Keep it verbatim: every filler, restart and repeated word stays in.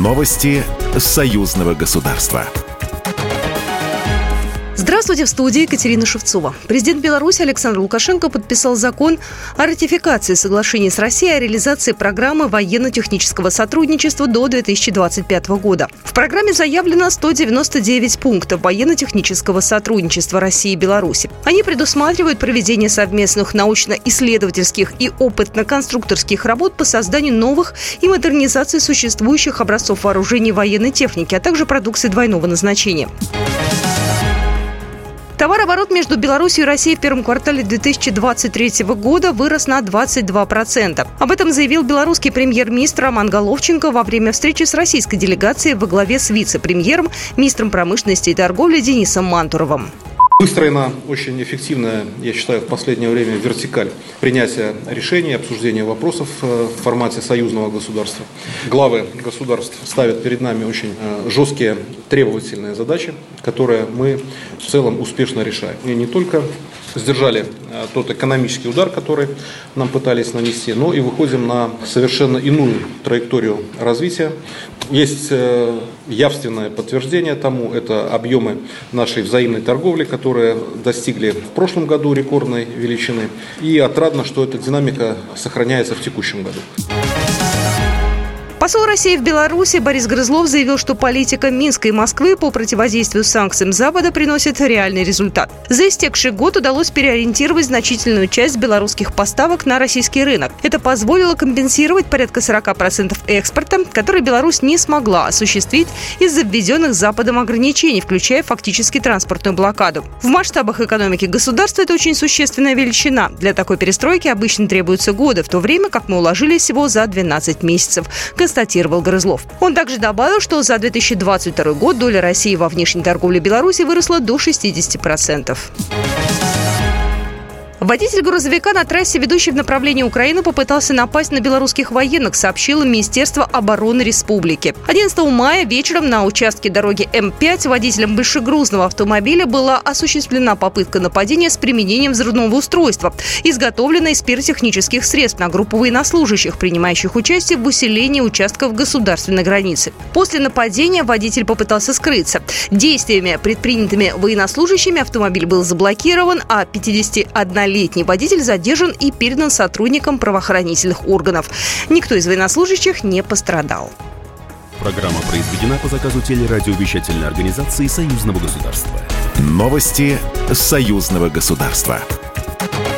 Новости союзного государства. Здравствуйте, в студии Екатерина Шевцова. Президент Беларуси Александр Лукашенко подписал закон о ратификации соглашения с Россией о реализации программы военно-технического сотрудничества до две тысячи двадцать пятого года. В программе заявлено сто девяносто девять пунктов военно-технического сотрудничества России и Беларуси. Они предусматривают проведение совместных научно-исследовательских и опытно-конструкторских работ по созданию новых и модернизации существующих образцов вооружений и военной техники, а также продукции двойного назначения. Товарооборот между Беларусью и Россией в первом квартале две тысячи двадцать третьего года вырос на двадцать два процента. Об этом заявил белорусский премьер-министр Роман Головченко во время встречи с российской делегацией во главе с вице-премьером, министром промышленности и торговли Денисом Мантуровым. Выстроена очень эффективная, я считаю, в последнее время вертикаль принятия решений, обсуждения вопросов в формате союзного государства. Главы государств ставят перед нами очень жесткие, требовательные задачи, которые мы в целом успешно решаем. И не только сдержали тот экономический удар, который нам пытались нанести, но и выходим на совершенно иную траекторию развития. Есть явственное подтверждение тому, это объемы нашей взаимной торговли, которые достигли в прошлом году рекордной величины. И отрадно, что эта динамика сохраняется в текущем году. Посол России в Беларуси Борис Грызлов заявил, что политика Минска и Москвы по противодействию санкциям Запада приносит реальный результат. За истекший год удалось переориентировать значительную часть белорусских поставок на российский рынок. Это позволило компенсировать порядка сорок процентов экспорта, который Беларусь не смогла осуществить из-за введенных Западом ограничений, включая фактически транспортную блокаду. В масштабах экономики государства это очень существенная величина. Для такой перестройки обычно требуются годы, в то время как мы уложились всего за двенадцать месяцев, констатировал Грызлов. Он также добавил, что за две тысячи двадцать второй год доля России во внешней торговле Беларуси выросла до шестидесяти процентов. Водитель грузовика на трассе, ведущей в направлении Украины, попытался напасть на белорусских военных, сообщило Министерство обороны республики. одиннадцатого мая вечером на участке дороги Эм пять водителем большегрузного автомобиля была осуществлена попытка нападения с применением взрывного устройства, изготовленное из пиротехнических средств, на группу военнослужащих, принимающих участие в усилении участков государственной границы. После нападения водитель попытался скрыться. Действиями, предпринятыми военнослужащими, автомобиль был заблокирован, а пятидесятиоднолетний Летний водитель задержан и передан сотрудникам правоохранительных органов. Никто из военнослужащих не пострадал. Программа произведена по заказу телерадиовещательной организации союзного государства. Новости союзного государства.